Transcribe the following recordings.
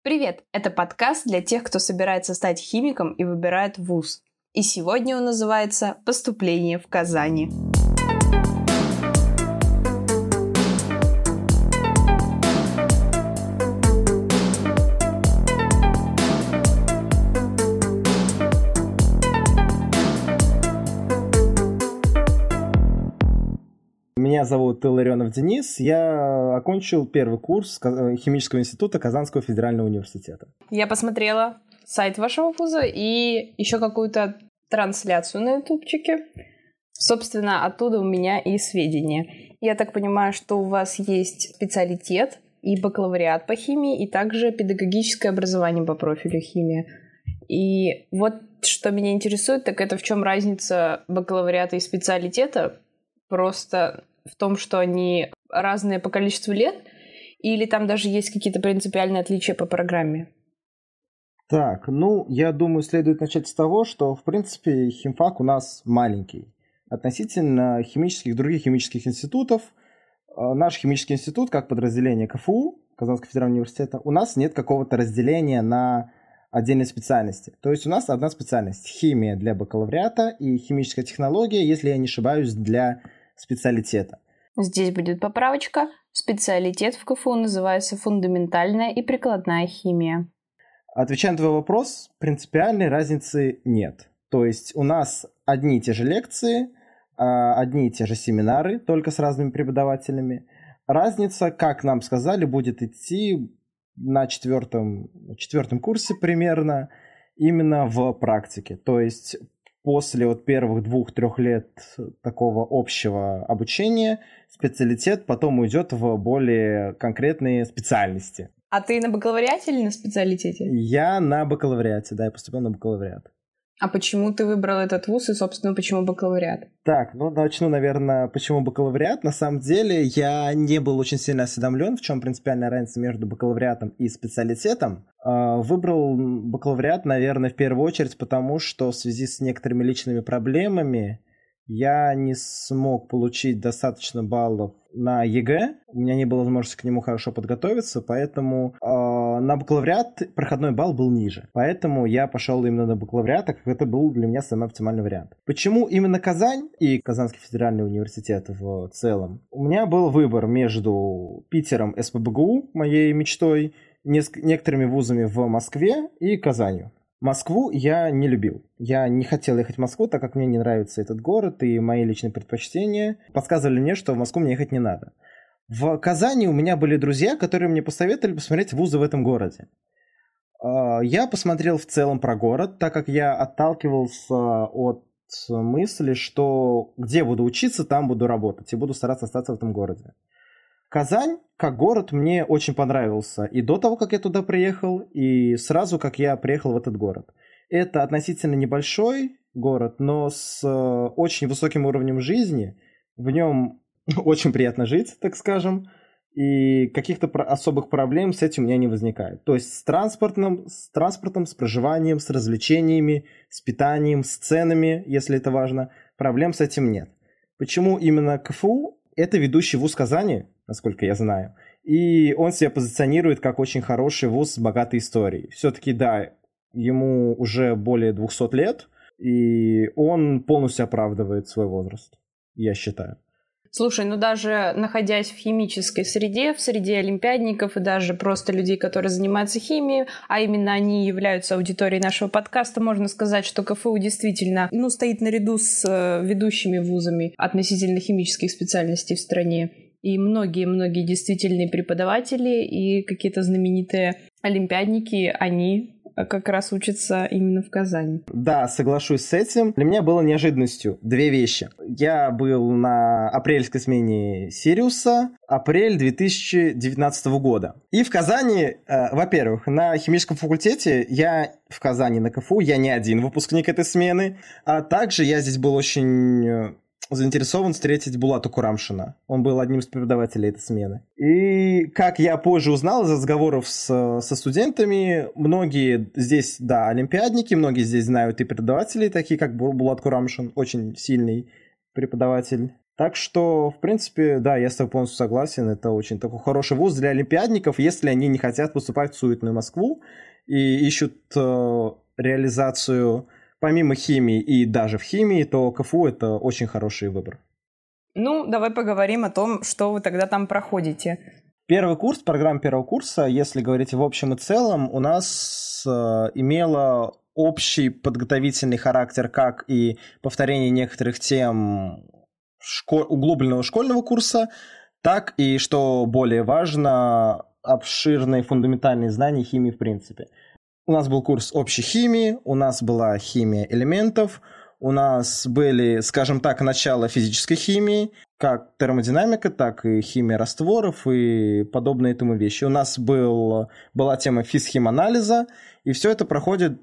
Привет! Это подкаст для тех, кто собирается стать химиком и выбирает вуз. И сегодня он называется «Поступление в Казани». Меня зовут Илларионов Денис. Я окончил первый курс химического института Казанского федерального университета. Я посмотрела сайт вашего вуза и еще какую-то трансляцию на ютубчике. Собственно, оттуда у меня и сведения. Я так понимаю, что у вас есть специалитет и бакалавриат по химии, и также педагогическое образование по профилю химия. И вот что меня интересует, так это в чем разница бакалавриата и специалитета? Просто в том, что они разные по количеству лет, или там даже есть какие-то принципиальные отличия по программе? Так, я думаю, следует начать с того, что, в принципе, химфак у нас маленький. Относительно других химических институтов, наш химический институт, как подразделение КФУ, Казанского федерального университета, у нас нет какого-то разделения на отдельные специальности. То есть у нас одна специальность – химия для бакалавриата и химическая технология, если я не ошибаюсь, для специалитета. Здесь будет поправочка. Специалитет в КФУ называется фундаментальная и прикладная химия. Отвечая на твой вопрос, принципиальной разницы нет. То есть у нас одни и те же лекции, одни и те же семинары, только с разными преподавателями. Разница, как нам сказали, будет идти на четвертом курсе примерно именно в практике. То есть после первых 2-3 лет такого общего обучения специалитет потом уйдет в более конкретные специальности. А ты на бакалавриате или на специалитете? Я на бакалавриате, да, я поступил на бакалавриат. А почему ты выбрал этот вуз и, собственно, почему бакалавриат? Так, начну, наверное, почему бакалавриат. На самом деле я не был очень сильно осведомлен, в чем принципиальная разница между бакалавриатом и специалитетом. Выбрал бакалавриат, наверное, в первую очередь, потому что в связи с некоторыми личными проблемами я не смог получить достаточно баллов на ЕГЭ. У меня не было возможности к нему хорошо подготовиться, поэтому на бакалавриат проходной балл был ниже. Поэтому я пошел именно на бакалавриат, так как это был для меня самый оптимальный вариант. Почему именно Казань и Казанский федеральный университет в целом? У меня был выбор между Питером, СПбГУ, моей мечтой, некоторыми вузами в Москве и Казанью. Москву я не любил. Я не хотел ехать в Москву, так как мне не нравится этот город, и мои личные предпочтения подсказывали мне, что в Москву мне ехать не надо. В Казани у меня были друзья, которые мне посоветовали посмотреть вузы в этом городе. Я посмотрел в целом про город, так как я отталкивался от мысли, что где буду учиться, там буду работать, и буду стараться остаться в этом городе. Казань, как город, мне очень понравился и до того, как я туда приехал, и сразу, как я приехал в этот город. Это относительно небольшой город, но с очень высоким уровнем жизни. В нем очень приятно жить, так скажем, и каких-то особых проблем с этим у меня не возникает. То есть с транспортом, с проживанием, с развлечениями, с питанием, с ценами, если это важно, проблем с этим нет. Почему именно КФУ? Это ведущий вуз Казани, насколько я знаю. И он себя позиционирует как очень хороший вуз с богатой историей. Все-таки, да, ему уже более 200 лет, и он полностью оправдывает свой возраст, я считаю. Слушай, даже находясь в химической среде, в среде олимпиадников и даже просто людей, которые занимаются химией, а именно они являются аудиторией нашего подкаста, можно сказать, что КФУ действительно стоит наряду с ведущими вузами относительно химических специальностей в стране. И многие действительные преподаватели и какие-то знаменитые олимпиадники, они как раз учатся именно в Казани. Да, соглашусь с этим. Для меня было неожиданностью 2 вещи. Я был на апрельской смене Сириуса, апрель 2019 года. И в Казани, во-первых, на химическом факультете в Казани на КФУ, я не один выпускник этой смены, а также я здесь был очень заинтересован встретить Булата Курамшина. Он был одним из преподавателей этой смены. И как я позже узнал из разговоров со студентами, многие здесь, да, олимпиадники, многие здесь знают и преподаватели, такие как Булат Курамшин, очень сильный преподаватель. Так что, в принципе, да, я с тобой полностью согласен. Это очень такой хороший вуз для олимпиадников, если они не хотят поступать в суетную Москву и ищут реализацию помимо химии и даже в химии, то КФУ — это очень хороший выбор. Ну, давай поговорим о том, что вы тогда там проходите. Первый курс, программа первого курса, если говорить в общем и целом, у нас имела общий подготовительный характер, как и повторение некоторых тем углубленного школьного курса, так и, что более важно, обширные фундаментальные знания химии в принципе. У нас был курс общей химии, у нас была химия элементов, у нас были, скажем так, начало физической химии, как термодинамика, так и химия растворов и подобные этому вещи. У нас была тема физхиманализа, и все это проходит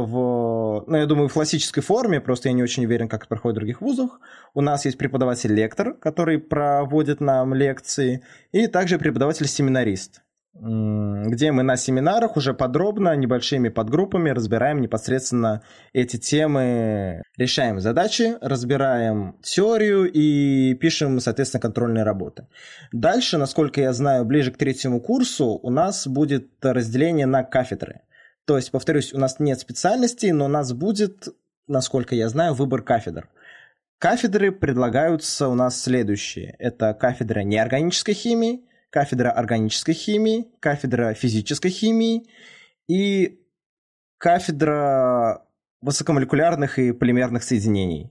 я думаю, в классической форме, просто я не очень уверен, как это проходит в других вузах. У нас есть преподаватель-лектор, который проводит нам лекции, и также преподаватель-семинарист, где мы на семинарах уже подробно, небольшими подгруппами разбираем непосредственно эти темы, решаем задачи, разбираем теорию и пишем, соответственно, контрольные работы. Дальше, насколько я знаю, ближе к третьему курсу у нас будет разделение на кафедры. То есть, повторюсь, у нас нет специальностей, но у нас будет, насколько я знаю, выбор кафедр. Кафедры предлагаются у нас следующие. Это кафедра неорганической химии, кафедра органической химии, кафедра физической химии и кафедра высокомолекулярных и полимерных соединений.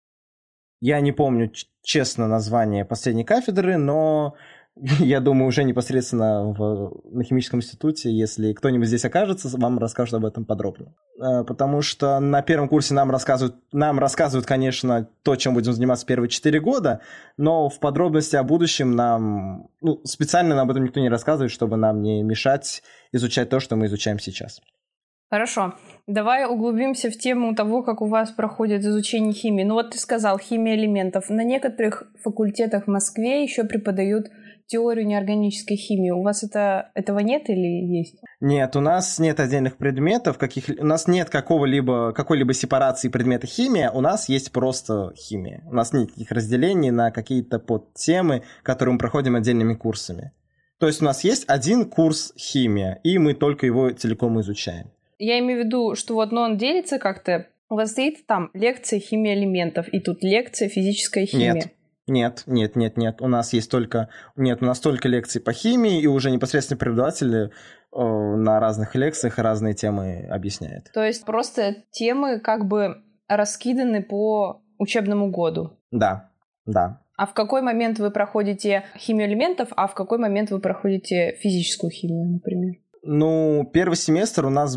Я не помню, честно, название последней кафедры, но я думаю, уже непосредственно на химическом институте, если кто-нибудь здесь окажется, вам расскажут об этом подробно. Потому что на первом курсе нам рассказывают, конечно, то, чем будем заниматься первые 4 года, но в подробности о будущем нам специально об этом никто не рассказывает, чтобы нам не мешать изучать то, что мы изучаем сейчас. Хорошо. Давай углубимся в тему того, как у вас проходит изучение химии. Ну вот ты сказал, химия элементов. На некоторых факультетах в Москве еще преподают теорию неорганической химии. У вас этого нет или есть? Нет, у нас нет отдельных предметов, у нас нет какой-либо сепарации предмета химия, у нас есть просто химия. У нас нет никаких разделений на какие-то подтемы, которые мы проходим отдельными курсами. То есть у нас есть один курс химия, и мы только его целиком изучаем. Я имею в виду, что он делится как-то. У вас стоит там лекция химии элементов, и тут лекция физическая химия. Нет. У нас только лекции по химии, и уже непосредственно преподаватели на разных лекциях разные темы объясняют. То есть просто темы как бы раскиданы по учебному году? Да. А в какой момент вы проходите химию элементов, а в какой момент вы проходите физическую химию, например? Первый семестр у нас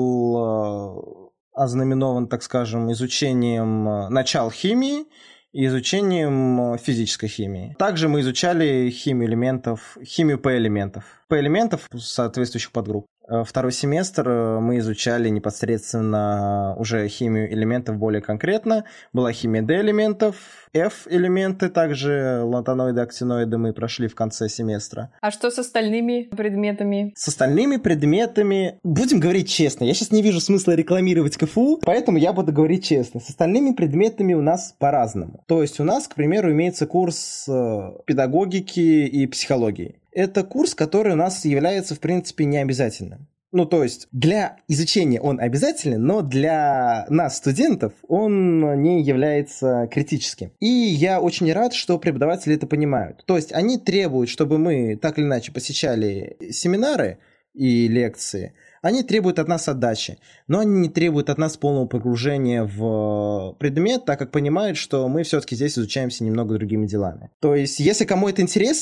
был ознаменован, так скажем, изучением начал химии и изучением физической химии. Также мы изучали химию П-элементов соответствующих подгрупп. Второй семестр мы изучали непосредственно уже химию элементов более конкретно. Была химия D-элементов, F-элементы, также лантаноиды, актиноиды мы прошли в конце семестра. А что с остальными предметами? С остальными предметами, будем говорить честно, я сейчас не вижу смысла рекламировать КФУ, поэтому я буду говорить честно. С остальными предметами у нас по-разному. То есть у нас, к примеру, имеется курс педагогики и психологии. Это курс, который у нас является, в принципе, необязательным. То есть для изучения он обязателен, но для нас, студентов, он не является критическим. И я очень рад, что преподаватели это понимают. То есть они требуют, чтобы мы так или иначе посещали семинары и лекции. Они требуют от нас отдачи, но они не требуют от нас полного погружения в предмет, так как понимают, что мы все-таки здесь изучаемся немного другими делами. То есть, если кому-то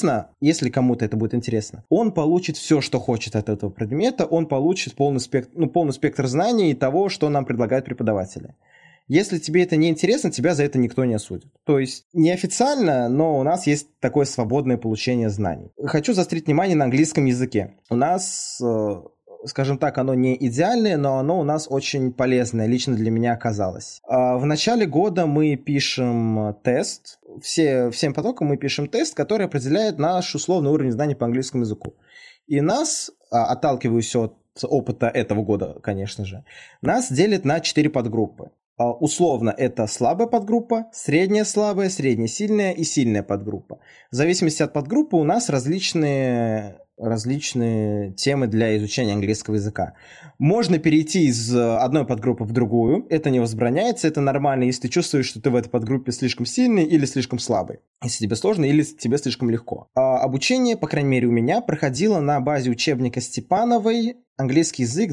это будет интересно, он получит все, что хочет от этого предмета, он получит полный спектр знаний и того, что нам предлагают преподаватели. Если тебе это не интересно, тебя за это никто не осудит. То есть, неофициально, но у нас есть такое свободное получение знаний. Хочу заострить внимание на английском языке. У нас, скажем так, оно не идеальное, но оно у нас очень полезное, лично для меня оказалось. В начале года мы пишем тест, всем потокам мы пишем тест, который определяет наш условный уровень знаний по английскому языку. И нас, отталкиваясь от опыта этого года, конечно же, нас делят на 4 подгруппы. Условно, это слабая подгруппа, средняя слабая, средняя сильная и сильная подгруппа. В зависимости от подгруппы у нас различные темы для изучения английского языка. Можно перейти из одной подгруппы в другую, это не возбраняется, это нормально, если ты чувствуешь, что ты в этой подгруппе слишком сильный или слишком слабый. Если тебе сложно или тебе слишком легко. Обучение, по крайней мере у меня, проходило на базе учебника Степановой «Английский язык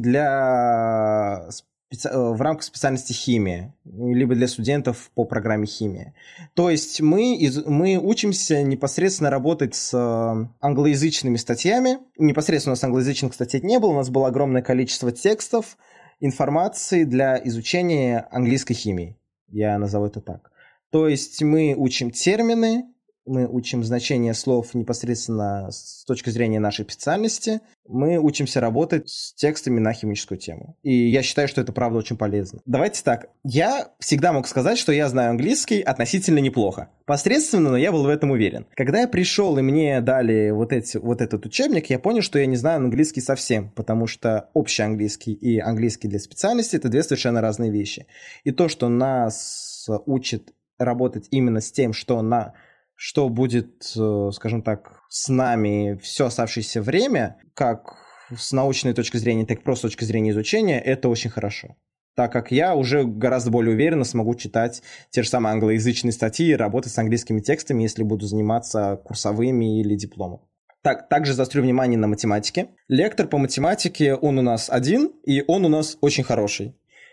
в рамках специальности химия, либо для студентов по программе химия. То есть мы учимся непосредственно работать с англоязычными статьями. Непосредственно у нас англоязычных статей не было, у нас было огромное количество текстов, информации для изучения английской химии. Я назову это так. То есть мы учим термины, мы учим значение слов непосредственно с точки зрения нашей специальности. Мы учимся работать с текстами на химическую тему. И я считаю, что это правда очень полезно. Давайте так. Я всегда мог сказать, что я знаю английский относительно неплохо. Посредственно, но я был в этом уверен. Когда я пришел и мне дали вот этот учебник, я понял, что я не знаю английский совсем, потому что общий английский и английский для специальности – это две совершенно разные вещи. И то, что нас учит работать именно с тем, что будет, скажем так, с нами все оставшееся время, как с научной точки зрения, так и просто с точки зрения изучения, это очень хорошо. Так как я уже гораздо более уверенно смогу читать те же самые англоязычные статьи и работать с английскими текстами, если буду заниматься курсовыми или дипломом. Также заострю внимание на математике. Лектор по математике, он у нас один, и он у нас очень хороший.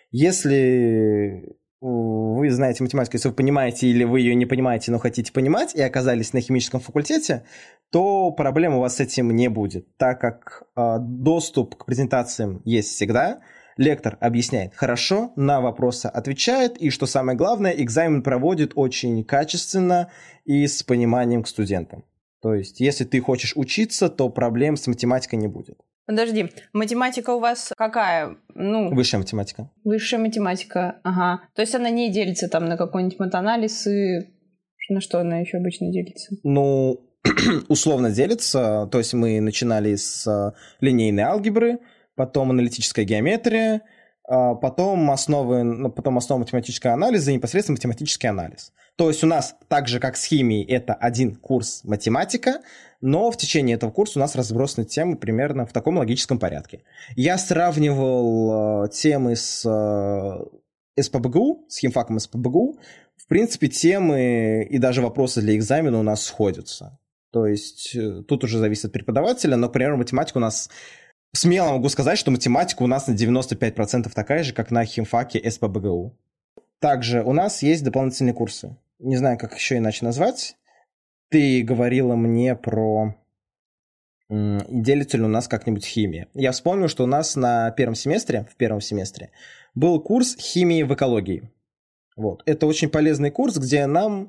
Если вы знаете математику, если вы понимаете или вы ее не понимаете, но хотите понимать, и оказались на химическом факультете, то проблем у вас с этим не будет, так как доступ к презентациям есть всегда, лектор объясняет хорошо, на вопросы отвечает, и, что самое главное, экзамен проводит очень качественно и с пониманием к студентам. То есть, если ты хочешь учиться, то проблем с математикой не будет. Подожди, математика у вас какая? Высшая математика. Высшая математика, ага. То есть она не делится там на какой-нибудь матанализ и на что она еще обычно делится? Условно делится. То есть мы начинали с линейной алгебры, потом аналитическая геометрия, потом основы математического анализа и непосредственно математический анализ. То есть у нас, так же как с химией, это один курс математика, но в течение этого курса у нас разбросаны темы примерно в таком логическом порядке. Я сравнивал темы с СПбГУ, с химфаком СПбГУ. В принципе, темы и даже вопросы для экзамена у нас сходятся. То есть тут уже зависит от преподавателя, но, к примеру, математика у нас... Смело могу сказать, что математика у нас на 95% такая же, как на химфаке СПбГУ. Также у нас есть дополнительные курсы. Не знаю, как еще иначе назвать. Ты говорила мне про делится ли у нас как-нибудь химия. Я вспомнил, что у нас в первом семестре был курс химии в экологии. Вот. Это очень полезный курс, где нам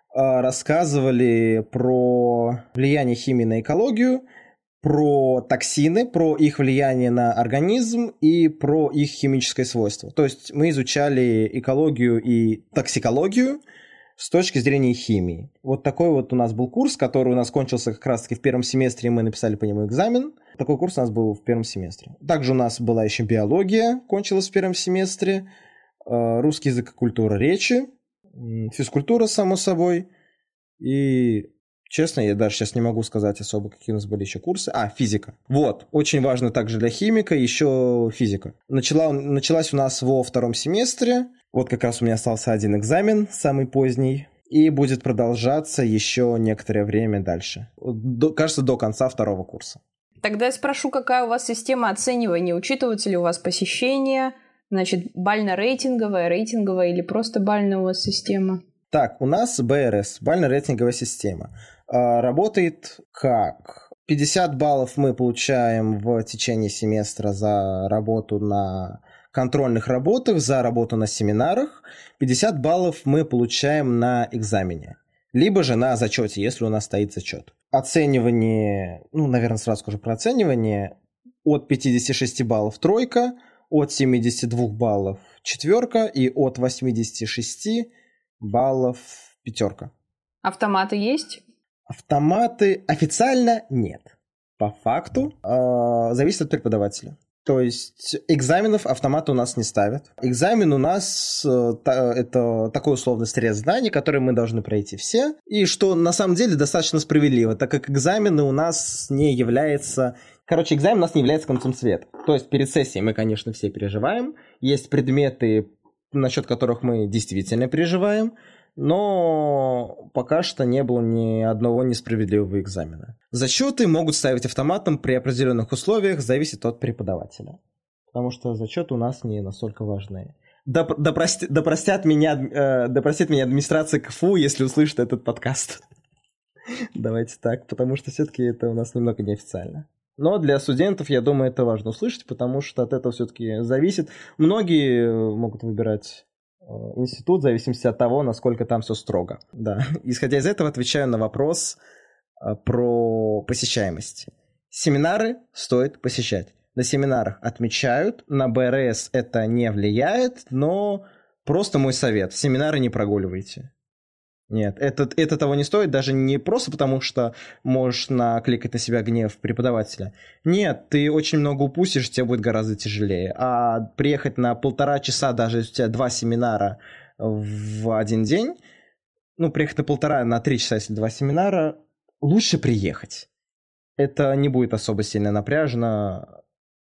рассказывали про влияние химии на экологию, про токсины, про их влияние на организм и про их химическое свойство. То есть мы изучали экологию и токсикологию с точки зрения химии. Вот такой вот у нас был курс, который у нас кончился как раз-таки в первом семестре, и мы написали по нему экзамен. Такой курс у нас был в первом семестре. Также у нас была еще биология, кончилась в первом семестре, русский язык и культура речи, физкультура, само собой, и... Честно, я даже сейчас не могу сказать особо, какие у нас были еще курсы. Физика. Вот, очень важно также для химика еще физика. Началась у нас во втором семестре. Вот как раз у меня остался один экзамен, самый поздний. И будет продолжаться еще некоторое время дальше. Кажется, до конца второго курса. Тогда я спрошу, какая у вас система оценивания? Учитываются ли у вас посещения? Значит, бально-рейтинговая, рейтинговая или просто бальная у вас система? Так, у нас БРС, бально-рейтинговая система. Работает как? 50 баллов мы получаем в течение семестра за работу на контрольных работах, за работу на семинарах. 50 баллов мы получаем на экзамене. Либо же на зачете, если у нас стоит зачет. Оценивание, наверное, сразу скажу про оценивание. От 56 баллов тройка, от 72 баллов четверка и от 86 баллов пятерка. Автоматы есть? Автоматы официально нет. по факту зависит от преподавателя. То есть экзаменов автомата у нас не ставят. Экзамен у нас это такой условный срез знаний, который мы должны пройти все. И что на самом деле достаточно справедливо, так как экзамены у нас не является... экзамен у нас не является концом света. То есть перед сессией мы, конечно, все переживаем. Есть предметы, насчет которых мы действительно переживаем. Но пока что не было ни одного несправедливого экзамена. Зачеты могут ставить автоматом при определенных условиях, зависит от преподавателя. Потому что зачеты у нас не настолько важные. Да простит меня администрация КФУ, если услышит этот подкаст. Давайте так, потому что все-таки это у нас немного неофициально. Но для студентов, я думаю, это важно услышать, потому что от этого все-таки зависит. Многие могут выбирать институт в зависимости от того, насколько там все строго. Да. Исходя из этого, отвечаю на вопрос про посещаемость. Семинары стоит посещать. На семинарах отмечают, на БРС это не влияет, но просто мой совет. Семинары не прогуливайте. Нет, это того не стоит, даже не просто потому, что можешь накликать на себя гнев преподавателя. Нет, ты очень много упустишь, тебе будет гораздо тяжелее. А приехать на 1,5 часа, даже если у тебя 2 семинара в один день, приехать на 1,5, на 3 часа, если 2 семинара, лучше приехать. Это не будет особо сильно напряжно,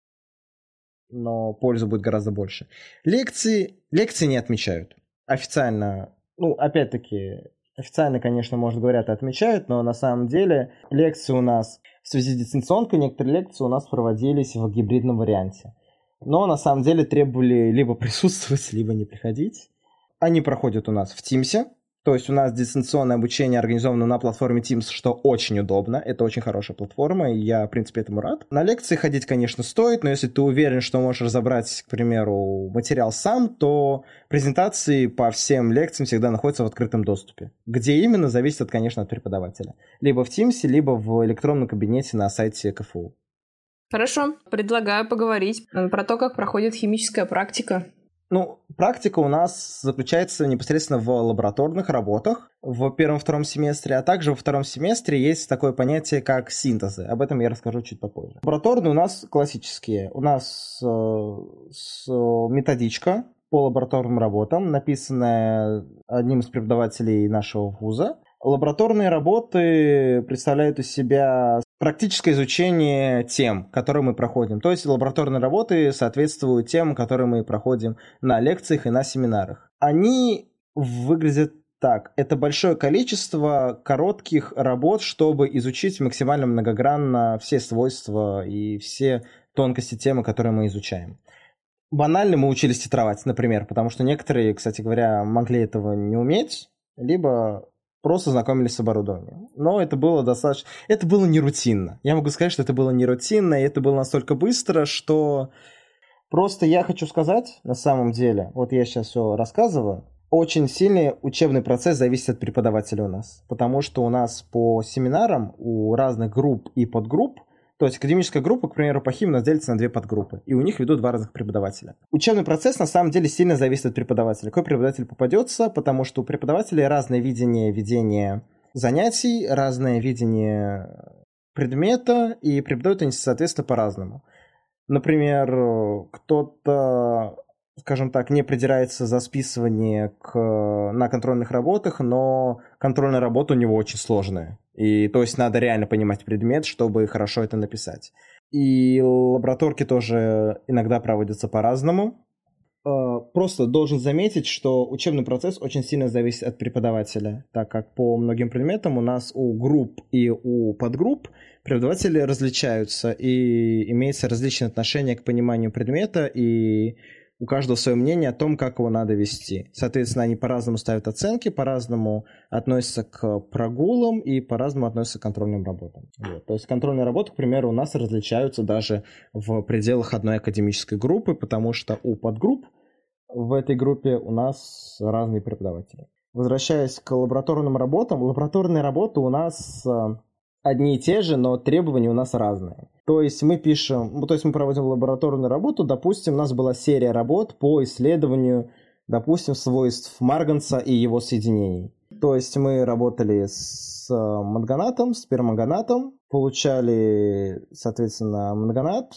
но пользы будет гораздо больше. Лекции не отмечают. Официально... опять-таки, официально, конечно, может, говорят, и отмечают, но на самом деле лекции у нас в связи с дистанционкой, некоторые лекции у нас проводились в гибридном варианте. Но на самом деле требовали либо присутствовать, либо не приходить. Они проходят у нас в Teams. То есть у нас дистанционное обучение организовано на платформе Teams, что очень удобно. Это очень хорошая платформа, и я, в принципе, этому рад. На лекции ходить, конечно, стоит, но если ты уверен, что можешь разобрать, к примеру, материал сам, то презентации по всем лекциям всегда находятся в открытом доступе. Где именно, зависит, конечно, от преподавателя. Либо в Teams, либо в электронном кабинете на сайте КФУ. Хорошо. Предлагаю поговорить про то, как проходит химическая практика. Практика у нас заключается непосредственно в лабораторных работах в первом-втором семестре, а также во втором семестре есть такое понятие, как синтезы. Об этом я расскажу чуть попозже. Лабораторные у нас классические. У нас методичка по лабораторным работам, написанная одним из преподавателей нашего вуза. Лабораторные работы представляют из себя практическое изучение тем, которые мы проходим. То есть лабораторные работы соответствуют тем, которые мы проходим на лекциях и на семинарах. Они выглядят так. Это большое количество коротких работ, чтобы изучить максимально многогранно все свойства и все тонкости темы, которые мы изучаем. Банально мы учились титровать, например, потому что некоторые, кстати говоря, могли этого не уметь, либо просто знакомились с оборудованием. Но это было достаточно... Это было не рутинно. Я могу сказать, что это было не рутинно, и это было настолько быстро, что... Просто я хочу сказать, на самом деле, вот я сейчас все рассказываю, очень сильный учебный процесс зависит от преподавателя у нас. Потому что у нас по семинарам у разных групп и подгрупп, то есть академическая группа, к примеру, по химии у нас делится на 2 подгруппы, и у них ведут 2 разных преподавателя. Учебный процесс на самом деле сильно зависит от преподавателя. Какой преподаватель попадется, потому что у преподавателей разное видение ведения занятий, разное видение предмета, и преподают они, соответственно, по-разному. Например, кто-то, скажем так, не придирается за списывание на контрольных работах, но контрольная работа у него очень сложная. И то есть надо реально понимать предмет, чтобы хорошо это написать. И лабораторки тоже иногда проводятся по-разному. Просто должен заметить, что учебный процесс очень сильно зависит от преподавателя, так как по многим предметам у нас у групп и у подгрупп преподаватели различаются, и имеется различное отношение к пониманию предмета, и у каждого свое мнение о том, как его надо вести. Соответственно, они по-разному ставят оценки, по-разному относятся к прогулам и по-разному относятся к контрольным работам. Вот. То есть контрольные работы, к примеру, у нас различаются даже в пределах одной академической группы, потому что у подгрупп в этой группе у нас разные преподаватели. Возвращаясь к лабораторным работам, лабораторные работы у нас одни и те же, но требования у нас разные. То есть мы проводим лабораторную работу, допустим, у нас была серия работ по исследованию, допустим, свойств марганца и его соединений. То есть мы работали с манганатом, с перманганатом, получали, соответственно, манганат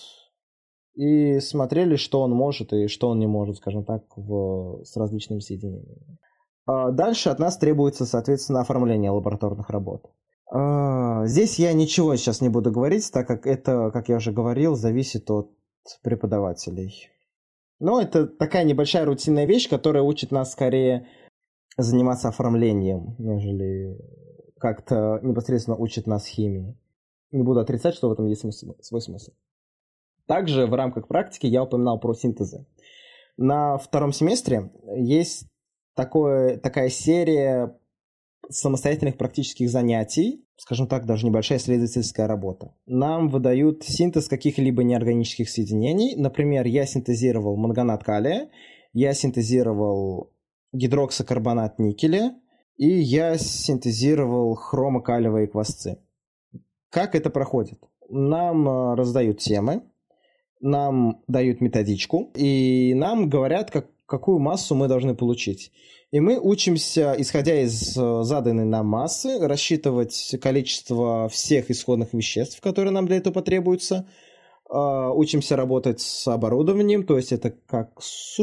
и смотрели, что он может и что он не может, скажем так, с различными соединениями. Дальше от нас требуется, соответственно, оформление лабораторных работ. Здесь я ничего сейчас не буду говорить, так как это, как я уже говорил, зависит от преподавателей. Но это такая небольшая рутинная вещь, которая учит нас скорее заниматься оформлением, нежели как-то непосредственно учит нас химии. Не буду отрицать, что в этом есть свой смысл. Также в рамках практики я упоминал про синтезы. На втором семестре есть такая серия самостоятельных практических занятий, скажем так, даже небольшая исследовательская работа. Нам выдают синтез каких-либо неорганических соединений. Например, я синтезировал манганат калия, я синтезировал гидроксокарбонат никеля, и я синтезировал хромокалиевые квасцы. Как это проходит? Нам раздают темы, нам дают методичку, и нам говорят, какую массу мы должны получить. И мы учимся, исходя из заданной нам массы, рассчитывать количество всех исходных веществ, которые нам для этого потребуются. Учимся работать с оборудованием, то есть это как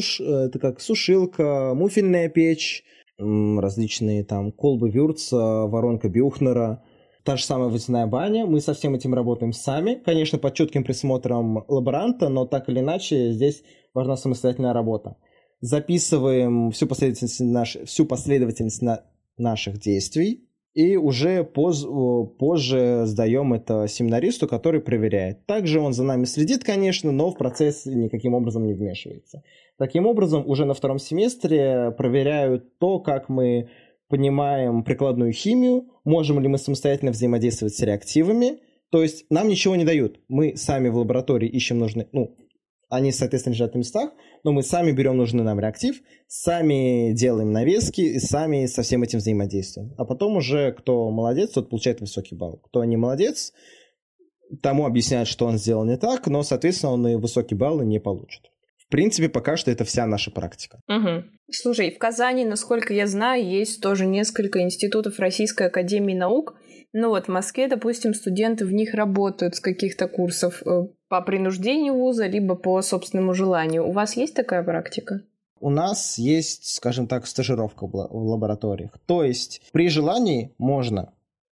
сушилка, муфельная печь, различные там колбы Вюрца, воронка Бюхнера, та же самая водяная баня. Мы со всем этим работаем сами, конечно, под чутким присмотром лаборанта, но так или иначе здесь важна самостоятельная работа. Записываем всю последовательность наших действий и уже позже сдаем это семинаристу, который проверяет. Также он за нами следит, конечно, но в процесс никаким образом не вмешивается. Таким образом, уже на втором семестре проверяют то, как мы понимаем прикладную химию, можем ли мы самостоятельно взаимодействовать с реактивами. То есть нам ничего не дают. Мы сами в лаборатории ищем нужные... Они, соответственно, лежат на местах, но мы сами берем нужный нам реактив, сами делаем навески и сами со всем этим взаимодействуем. А потом уже кто молодец, тот получает высокий балл. Кто не молодец, тому объясняют, что он сделал не так, но, соответственно, он и высокий балл не получит. В принципе, пока что это вся наша практика. Угу. Слушай, в Казани, насколько я знаю, есть тоже несколько институтов Российской академии наук. Ну вот в Москве, допустим, студенты в них работают с каких-то курсов по принуждению вуза, либо по собственному желанию. У вас есть такая практика? У нас есть, скажем так, стажировка в лабораториях. То есть при желании можно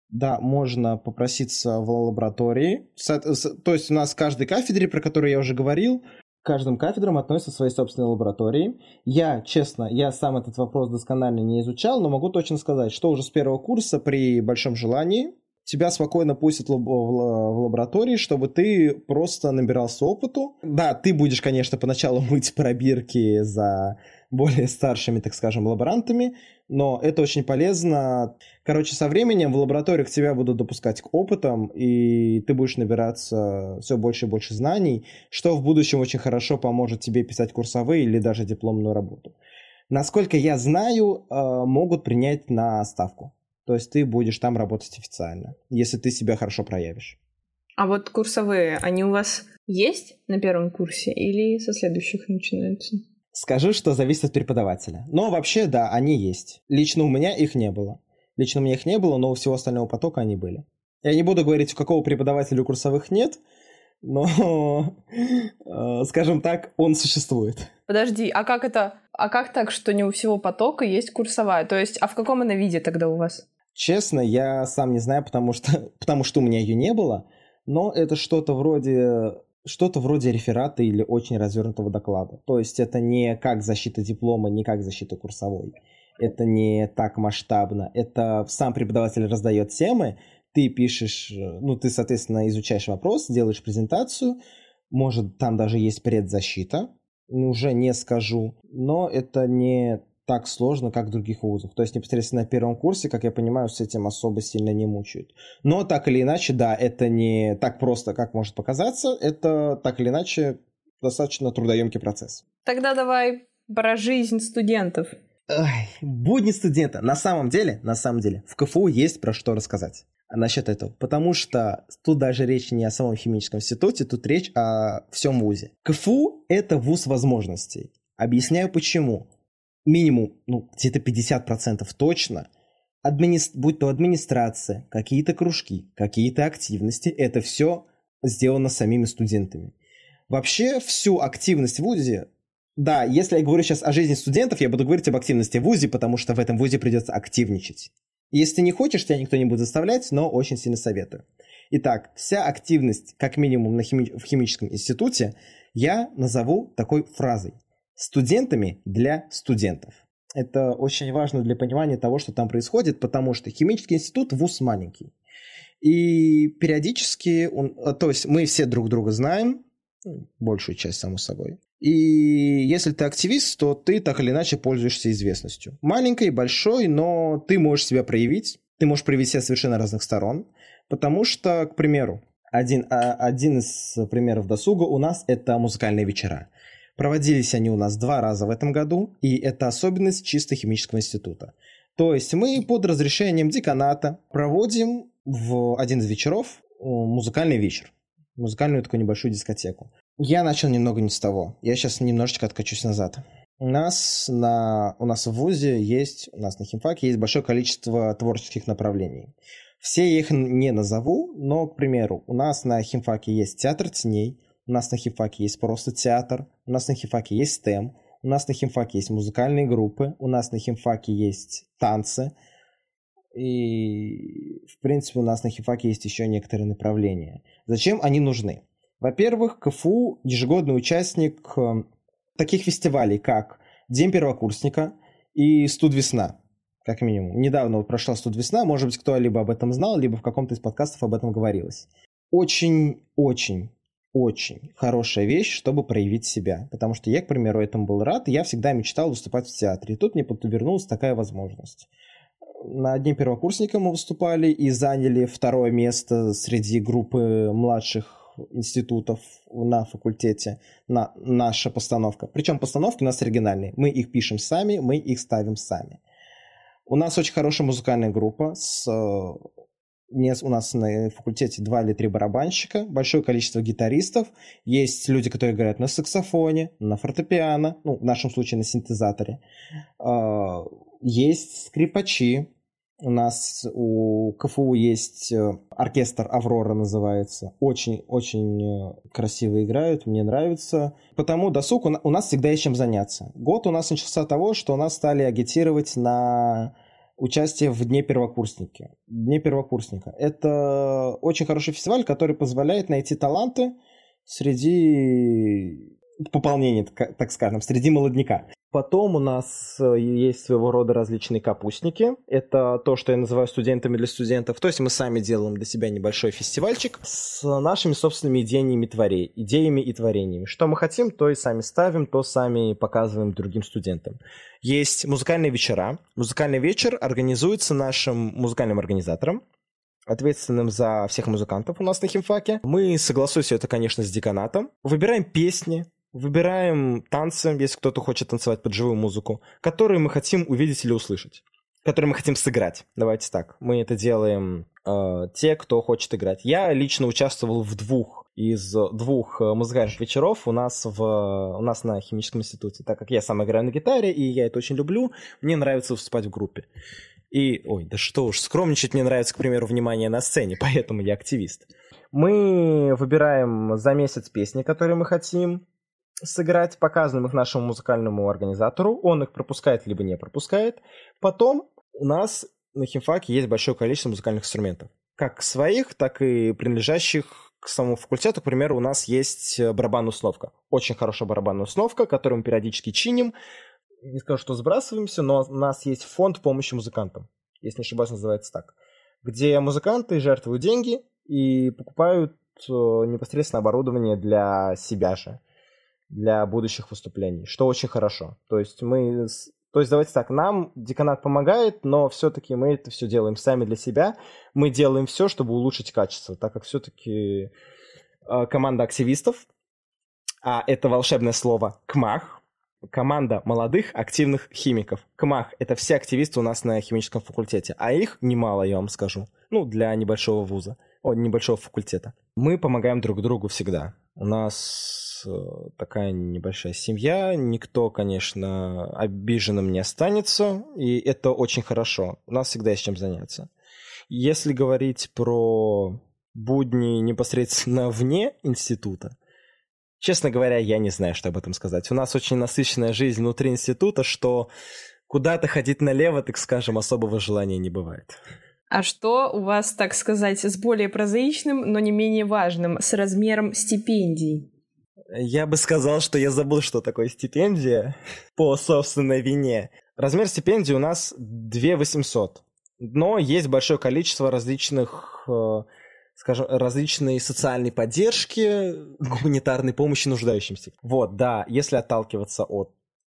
попроситься в лаборатории. То есть у нас в каждой кафедре, про которую я уже говорил, к каждым кафедрам относятся свои собственные лаборатории. Я сам этот вопрос досконально не изучал, но могу точно сказать, что уже с первого курса при большом желании тебя спокойно пустят в лаборатории, чтобы ты просто набирался опыту. Да, ты будешь, конечно, поначалу мыть пробирки за более старшими, так скажем, лаборантами, но это очень полезно. Короче, со временем в лабораториях тебя будут допускать к опытам, и ты будешь набираться все больше и больше знаний, что в будущем очень хорошо поможет тебе писать курсовые или даже дипломную работу. Насколько я знаю, могут принять на ставку. То есть ты будешь там работать официально, если ты себя хорошо проявишь. А вот курсовые, они у вас есть на первом курсе или со следующих начинаются? Скажу, что зависит от преподавателя. Но вообще, да, они есть. Лично у меня их не было. Но у всего остального потока они были. Я не буду говорить, у какого преподавателя курсовых нет, но, скажем так, он существует. Подожди, а как так, что не у всего потока есть курсовая? То есть, а в каком она виде тогда у вас? Честно, я сам не знаю, потому что у меня ее не было, но это что-то вроде реферата или очень развернутого доклада. То есть это не как защита диплома, не как защита курсовой. Это не так масштабно. Это сам преподаватель раздает темы, ты пишешь, ты, соответственно, изучаешь вопрос, делаешь презентацию, может, там даже есть предзащита, уже не скажу, но это не так сложно, как в других вузах. То есть непосредственно на первом курсе, как я понимаю, с этим особо сильно не мучают. Но так или иначе, да, это не так просто, как может показаться. Это так или иначе достаточно трудоемкий процесс. Тогда давай про жизнь студентов. Будни студента. На самом деле, в КФУ есть про что рассказать насчет этого. Потому что тут даже речь не о самом химическом институте, тут речь о всем вузе. КФУ – это вуз возможностей. Объясняю почему. Минимум, где-то 50% точно будь то администрация, какие-то кружки, какие-то активности, это все сделано самими студентами. Вообще всю активность в ВУЗе, да, если я говорю сейчас о жизни студентов, я буду говорить об активности в ВУЗе, потому что в этом ВУЗе придется активничать. Если ты не хочешь, тебя никто не будет заставлять, но очень сильно советую. Итак, вся активность, как минимум в химическом институте, я назову такой фразой: студентами для студентов. Это очень важно для понимания того, что там происходит, потому что химический институт вуз маленький. И периодически, то есть мы все друг друга знаем, большую часть, само собой. И если ты активист, то ты так или иначе пользуешься известностью. Маленькой, большой, но ты можешь себя проявить. Ты можешь проявить себя с совершенно разных сторон. Потому что, к примеру, один из примеров досуга у нас – это музыкальные вечера. Проводились они у нас 2 раза в этом году, и это особенность чисто химического института. То есть мы под разрешением деканата проводим в один из вечеров музыкальный вечер. Музыкальную такую небольшую дискотеку. Я начал немного не с того. Я сейчас немножечко откачусь назад. У нас в ВУЗе есть, у нас на химфаке есть большое количество творческих направлений. Все я их не назову, но, к примеру, у нас на химфаке есть театр теней, у нас на химфаке есть просто театр, у нас на химфаке есть STEM, у нас на химфаке есть музыкальные группы, у нас на химфаке есть танцы. И, в принципе, у нас на химфаке есть еще некоторые направления. Зачем они нужны? Во-первых, КФУ ежегодный участник таких фестивалей, как День первокурсника и Студвесна, как минимум. Недавно прошла Студвесна, может быть, кто-либо об этом знал, либо в каком-то из подкастов об этом говорилось. Очень-очень хорошая вещь, чтобы проявить себя. Потому что я, к примеру, этому был рад, и я всегда мечтал выступать в театре. И тут мне подвернулась такая возможность. На Дне первокурсника мы выступали и заняли 2 место среди группы младших институтов на факультете. Наша постановка. Причем постановки у нас оригинальные. Мы их пишем сами, мы их ставим сами. У нас очень хорошая музыкальная группа. У нас на факультете 2 или 3 барабанщика, большое количество гитаристов. Есть люди, которые играют на саксофоне, на фортепиано, в нашем случае на синтезаторе. Есть скрипачи. У нас у КФУ есть оркестр «Аврора» называется. Очень красиво играют, мне нравится. Потому досуг у нас всегда есть чем заняться. Год у нас начался с того, что нас стали агитировать на участие в Дне первокурсника. Это очень хороший фестиваль, который позволяет найти таланты среди пополнения, так скажем, среди молодняка. Потом у нас есть своего рода различные капустники. Это то, что я называю студентами для студентов. То есть мы сами делаем для себя небольшой фестивальчик с нашими собственными идеями и творениями. Что мы хотим, то и сами ставим, то сами показываем другим студентам. Есть музыкальные вечера. Музыкальный вечер организуется нашим музыкальным организатором, ответственным за всех музыкантов у нас на химфаке. Мы согласуем все это, конечно, с деканатом. Выбираем песни, выбираем танцы, если кто-то хочет танцевать под живую музыку, которые мы хотим увидеть или услышать, которые мы хотим сыграть. Давайте так. Мы это делаем те, кто хочет играть. Я лично участвовал в 2 из 2 музыкальных вечеров у нас на химическом институте, так как я сам играю на гитаре, и я это очень люблю. Мне нравится выступать в группе. Скромничать мне нравится, к примеру, внимание на сцене, поэтому я активист. Мы выбираем за месяц песни, которые мы хотим сыграть, показываем их нашему музыкальному организатору, он их пропускает либо не пропускает. Потом у нас на химфаке есть большое количество музыкальных инструментов, как своих, так и принадлежащих к самому факультету. К примеру, у нас есть барабанная установка, очень хорошая барабанная установка, которую мы периодически чиним. Не скажу, что сбрасываемся, но у нас есть фонд помощи музыкантам, если не ошибаюсь, называется так, где музыканты жертвуют деньги и покупают непосредственно оборудование для себя же, для будущих выступлений, что очень хорошо. То есть давайте так, нам деканат помогает, но все-таки мы это все делаем сами для себя. Мы делаем все, чтобы улучшить качество, так как все-таки команда активистов, а это волшебное слово «КМАХ», команда молодых активных химиков. КМАХ — это все активисты у нас на химическом факультете, а их немало, я вам скажу, для небольшого вуза, небольшого факультета. Мы помогаем друг другу всегда. У нас такая небольшая семья, никто, конечно, обиженным не останется, и это очень хорошо. У нас всегда есть чем заняться. Если говорить про будни непосредственно вне института, честно говоря, я не знаю, что об этом сказать. У нас очень насыщенная жизнь внутри института, что куда-то ходить налево, так скажем, особого желания не бывает. А что у вас, так сказать, с более прозаичным, но не менее важным, с размером стипендий? Я бы сказал, что я забыл, что такое стипендия по собственной вине. Размер стипендии у нас 2800. Но есть большое количество различных, скажем, различной социальной поддержки, гуманитарной помощи нуждающимся. Вот, да, если отталкиваться от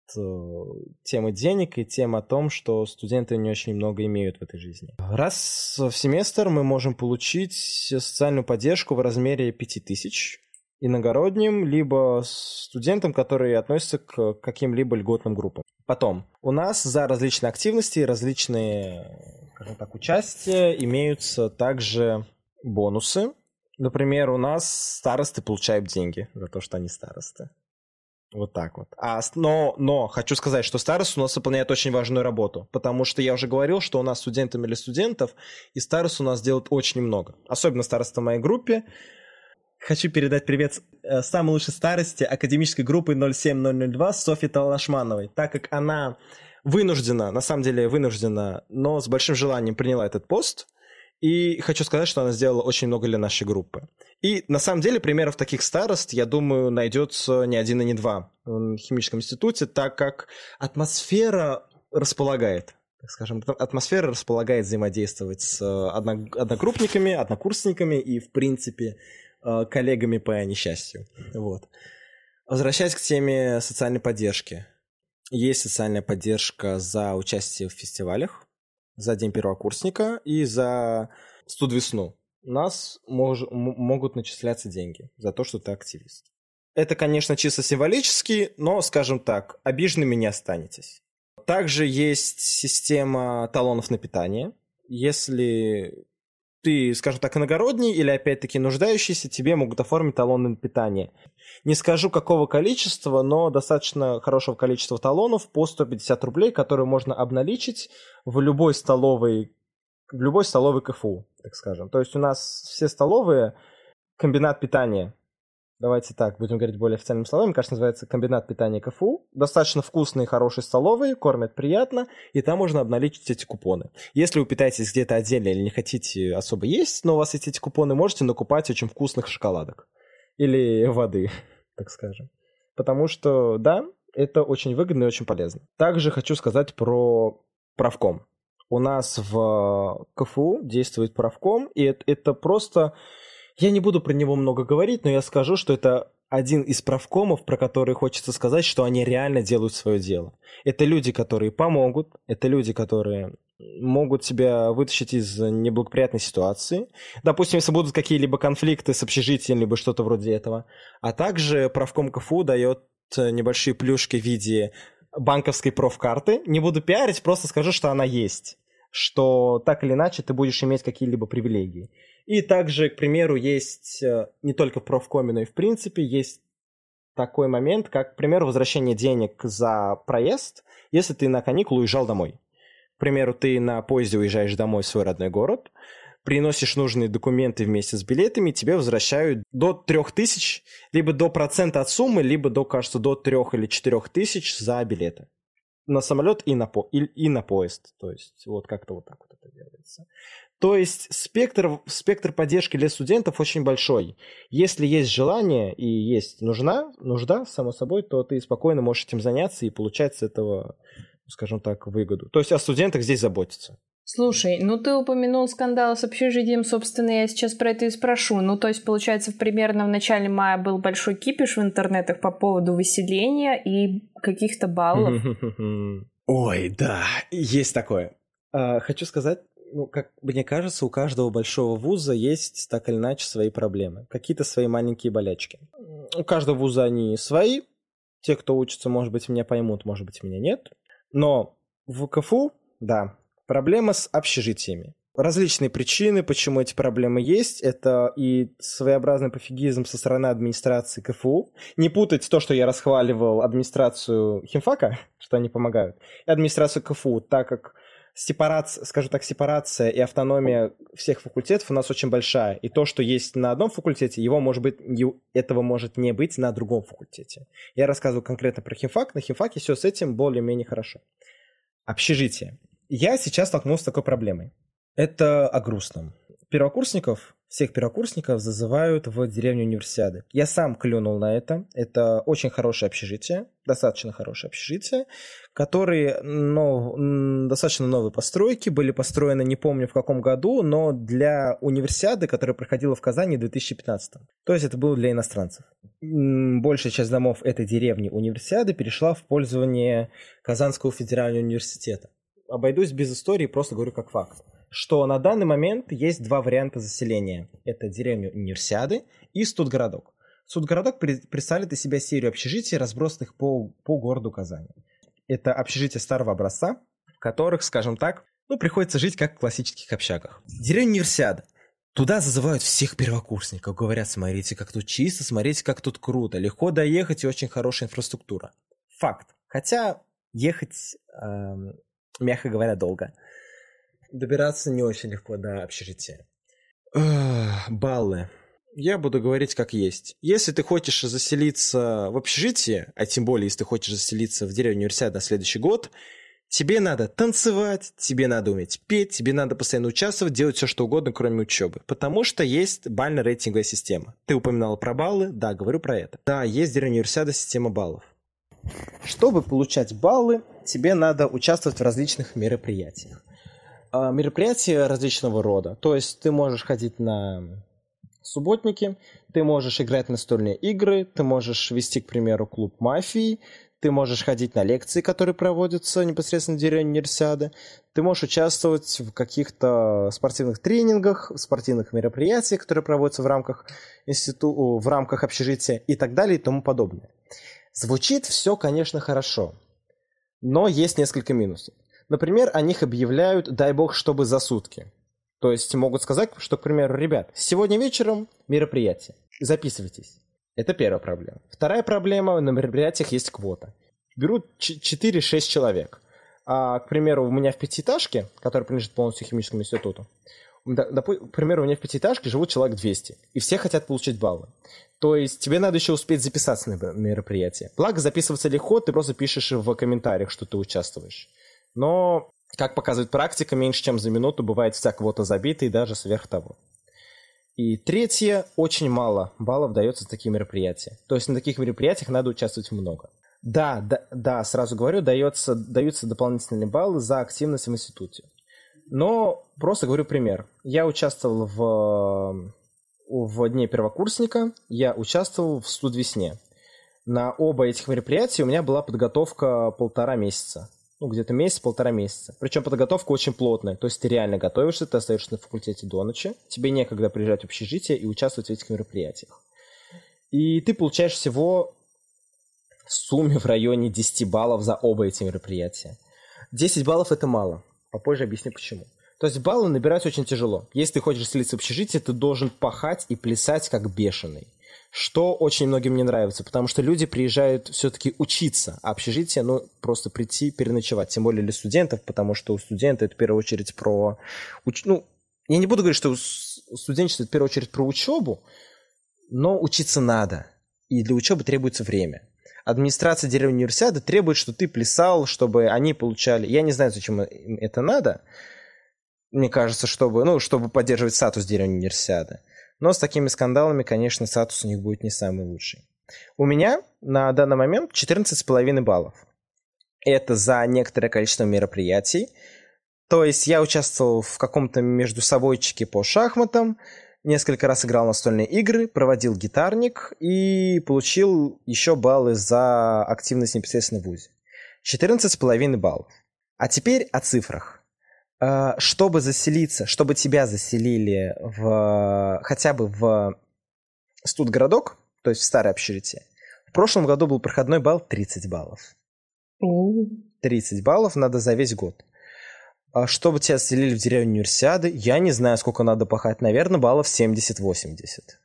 темы денег и темы о том, что студенты не очень много имеют в этой жизни. Раз в семестр мы можем получить социальную поддержку в размере 5000 иногородним, либо студентам, которые относятся к каким-либо льготным группам. Потом, у нас за различные активности, различные, скажем так, участия имеются также бонусы. Например, у нас старосты получают деньги за то, что они старосты. Вот так вот. Но хочу сказать, что староста у нас выполняет очень важную работу, потому что я уже говорил, что у нас студентам или студентов, и староста у нас делают очень много. Особенно староста в моей группе. Хочу передать привет самой лучшей старости академической группы 07002 Софье Талашмановой, так как она вынуждена, на самом деле вынуждена, но с большим желанием приняла этот пост. И хочу сказать, что она сделала очень много для нашей группы. И на самом деле примеров таких старост, я думаю, найдется не один и не два в химическом институте, так как атмосфера располагает, так скажем, атмосфера располагает взаимодействовать с одногруппниками, однокурсниками и, в принципе, коллегами по несчастью. Вот. Возвращаясь к теме социальной поддержки. Есть социальная поддержка за участие в фестивалях, за День первокурсника и за студвесну. У нас могут начисляться деньги за то, что ты активист. Это, конечно, чисто символически, но, скажем так, обиженными не останетесь. Также есть система талонов на питание. Если ты, скажем так, иногородний или, опять-таки, нуждающийся, тебе могут оформить талоны на питание. Не скажу, какого количества, но достаточно хорошего количества талонов по 150 рублей, которые можно обналичить в любой столовой КФУ, так скажем. То есть у нас все столовые комбинат питания. Давайте так, будем говорить более официальными словами. Кажется, называется комбинат питания КФУ. Достаточно вкусные, хорошие столовые, кормят приятно, и там можно обналичить эти купоны. Если вы питаетесь где-то отдельно или не хотите особо есть, но у вас есть эти купоны, можете накупать очень вкусных шоколадок. Или воды, так скажем. Потому что, да, это очень выгодно и очень полезно. Также хочу сказать про правком. У нас в КФУ действует правком, и это просто... Я не буду про него много говорить, но я скажу, что это один из правкомов, про которые хочется сказать, что они реально делают свое дело. Это люди, которые помогут, это люди, которые могут тебя вытащить из неблагоприятной ситуации. Допустим, если будут какие-либо конфликты с общежитием, либо что-то вроде этого. А также правком КФУ дает небольшие плюшки в виде банковской профкарты. Не буду пиарить, просто скажу, что она есть. Что так или иначе ты будешь иметь какие-либо привилегии. И также, к примеру, есть не только в профкоме, но и в принципе есть такой момент, как, к примеру, возвращение денег за проезд, если ты на каникулы уезжал домой. К примеру, ты на поезде уезжаешь домой в свой родной город, приносишь нужные документы вместе с билетами, тебе возвращают до 3000, либо до процента от суммы, либо до, кажется, до 3 или 4000 за билеты. На самолет и на поезд. То есть вот как-то вот так вот это делается. То есть спектр поддержки для студентов очень большой. Если есть желание и есть нужда, само собой, то ты спокойно можешь этим заняться и получать с этого, скажем так, выгоду. То есть о студентах здесь заботятся. Слушай, ну ты упомянул скандал с общежитием, собственно, я сейчас про это и спрошу. Ну, то есть, получается, примерно в начале мая был большой кипиш в интернетах по поводу выселения и каких-то баллов. Ой, да, есть такое. Хочу сказать, ну, как мне кажется, у каждого большого вуза есть так или иначе свои проблемы, какие-то свои маленькие болячки. У каждого вуза они свои. Те, кто учится, может быть, меня поймут, может быть, меня нет. Но в КФУ, да, проблема с общежитиями. Различные причины, почему эти проблемы есть. Это и своеобразный пофигизм со стороны администрации КФУ. Не путать то, что я расхваливал администрацию химфака, что они помогают, и администрацию КФУ, так как сепарация и автономия всех факультетов у нас очень большая. И то, что есть на одном факультете, этого может не быть на другом факультете. Я рассказываю конкретно про химфак. На химфаке все с этим более-менее хорошо. Общежитие. Я сейчас столкнулся с такой проблемой. Это о грустном. Всех первокурсников зазывают в деревню Универсиады. Я сам клюнул на это. Это очень хорошее общежитие, достаточно хорошее общежитие, которые достаточно новые постройки, были построены, не помню в каком году, но для Универсиады, которая проходила в Казани в 2015. То есть это было для иностранцев. Большая часть домов этой деревни Универсиады перешла в пользование Казанского федерального университета. Обойдусь без истории, просто говорю как факт. Что на данный момент есть два варианта заселения. Это деревня Универсиады и Студгородок. Студгородок представляет из себя серию общежитий, разбросанных по городу Казани. Это общежития старого образца, в которых, скажем так, приходится жить как в классических общагах. Деревня Универсиада. Туда зазывают всех первокурсников. Говорят, смотрите, как тут чисто, смотрите, как тут круто. Легко доехать и очень хорошая инфраструктура. Факт. Хотя ехать, мягко говоря, долго. Добираться не очень легко до общежития. Баллы. Я буду говорить как есть. Если ты хочешь заселиться в общежитие, а тем более, если ты хочешь заселиться в деревню Универсиада на следующий год, тебе надо танцевать, тебе надо уметь петь, тебе надо постоянно участвовать, делать все, что угодно, кроме учебы. Потому что есть бально-рейтинговая система. Ты упоминала про баллы? Да, говорю про это. Да, есть в деревне Универсиада система баллов. Чтобы получать баллы, тебе надо участвовать в различных мероприятиях. Мероприятия различного рода. То есть ты можешь ходить на субботники, ты можешь играть в настольные игры, ты можешь вести, к примеру, клуб мафии, ты можешь ходить на лекции, которые проводятся непосредственно в деревне Универсиады, ты можешь участвовать в каких-то спортивных тренингах, спортивных мероприятиях, которые проводятся в рамках общежития и так далее и тому подобное. Звучит все, конечно, хорошо, но есть несколько минусов. Например, о них объявляют, дай бог, чтобы за сутки. То есть могут сказать, что, к примеру, ребят, сегодня вечером мероприятие, записывайтесь. Это первая проблема. Вторая проблема, на мероприятиях есть квота. Берут 4-6 человек. К примеру, у меня в пятиэтажке, которая принадлежит полностью химическому институту, к примеру, у меня в пятиэтажке живут человек 200, и все хотят получить баллы. То есть тебе надо еще успеть записаться на мероприятие. Благо, записываться легко, ты просто пишешь в комментариях, что ты участвуешь. Но, как показывает практика, меньше чем за минуту бывает вся квота забита и даже сверх того. И третье, очень мало баллов дается за такие мероприятия. То есть на таких мероприятиях надо участвовать много. Да, сразу говорю, даются дополнительные баллы за активность в институте. Но просто говорю пример. Я участвовал в Дне первокурсника, я участвовал в студвесне. На оба этих мероприятия у меня была подготовка 1,5 месяца. Где-то месяц-1,5 месяца. Причем подготовка очень плотная. То есть ты реально готовишься, ты остаешься на факультете до ночи. Тебе некогда приезжать в общежитие и участвовать в этих мероприятиях. И ты получаешь всего в сумме в районе 10 баллов за оба эти мероприятия. 10 баллов это мало. Попозже объясню почему. То есть баллы набирать очень тяжело. Если ты хочешь селиться в общежитие, ты должен пахать и плясать как бешеный. Что очень многим не нравится, потому что люди приезжают все-таки учиться, а общежитие, просто прийти, переночевать. Тем более для студентов, потому что у студента это в первую очередь про... я не буду говорить, что студенчество это в первую очередь про учебу, но учиться надо. И для учебы требуется время. Администрация деревни Универсиады требует, что ты плясал, чтобы они получали... Я не знаю, зачем им это надо. Мне кажется, чтобы поддерживать статус деревни Универсиады. Но с такими скандалами, конечно, статус у них будет не самый лучший. У меня на данный момент 14,5 баллов. Это за некоторое количество мероприятий. То есть я участвовал в каком-то междусобойчике по шахматам, несколько раз играл в настольные игры, проводил гитарник и получил еще баллы за активность непосредственно в вузе. 14,5 баллов. А теперь о цифрах. Чтобы заселиться, чтобы тебя заселили хотя бы в студгородок, то есть в старое общежитие, в прошлом году был проходной балл 30 баллов. 30 баллов надо за весь год. Чтобы тебя заселили в деревню Универсиады, я не знаю, сколько надо пахать. Наверное, баллов 70-80.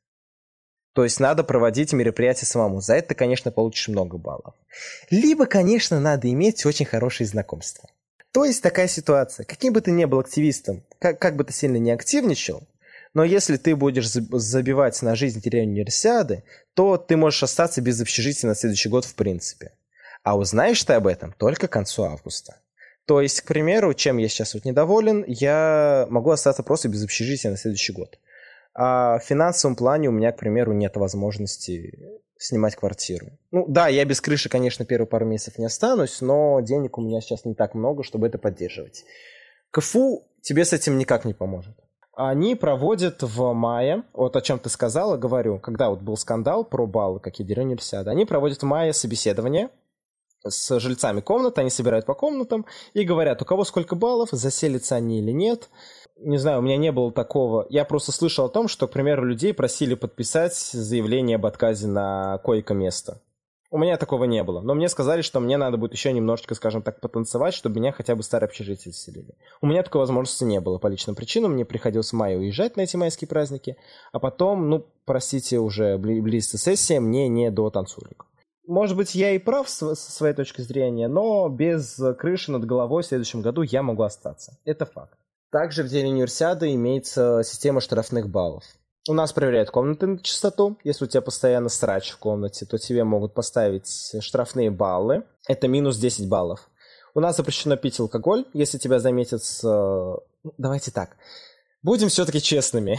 То есть надо проводить мероприятие самому. За это ты, конечно, получишь много баллов. Либо, конечно, надо иметь очень хорошие знакомства. То есть такая ситуация. Каким бы ты ни был активистом, как бы ты сильно не активничал, но если ты будешь забивать на жизнь деревни Универсиады, то ты можешь остаться без общежития на следующий год в принципе. А узнаешь ты об этом только к концу августа. То есть, к примеру, чем я сейчас вот недоволен, я могу остаться просто без общежития на следующий год. А в финансовом плане у меня, к примеру, нет возможности снимать квартиру. Ну да, я без крыши, конечно, первые пару месяцев не останусь, но денег у меня сейчас не так много, чтобы это поддерживать. КФУ тебе с этим никак не поможет. Они проводят в мае, вот о чем ты сказала, говорю, когда вот был скандал про баллы, какие деревни Универсиады, они проводят в мае собеседование с жильцами комнат, они собирают по комнатам и говорят, у кого сколько баллов, заселятся они или нет. Не знаю, у меня не было такого. Я просто слышал о том, что, к примеру, людей просили подписать заявление об отказе на койко-место. У меня такого не было. Но мне сказали, что мне надо будет еще немножечко, скажем так, потанцевать, чтобы меня хотя бы старое общежитие заселили. У меня такой возможности не было по личным причинам. Мне приходилось в мае уезжать на эти майские праздники. А потом, простите, уже близится сессия, мне не до танцулек. Может быть, я и прав со своей точки зрения, но без крыши над головой в следующем году я могу остаться. Это факт. Также в деревне Универсиады имеется система штрафных баллов. У нас проверяют комнаты на чистоту. Если у тебя постоянно срач в комнате, то тебе могут поставить штрафные баллы. Это минус 10 баллов. У нас запрещено пить алкоголь. Если тебя заметят с... Давайте так. Будем все-таки честными.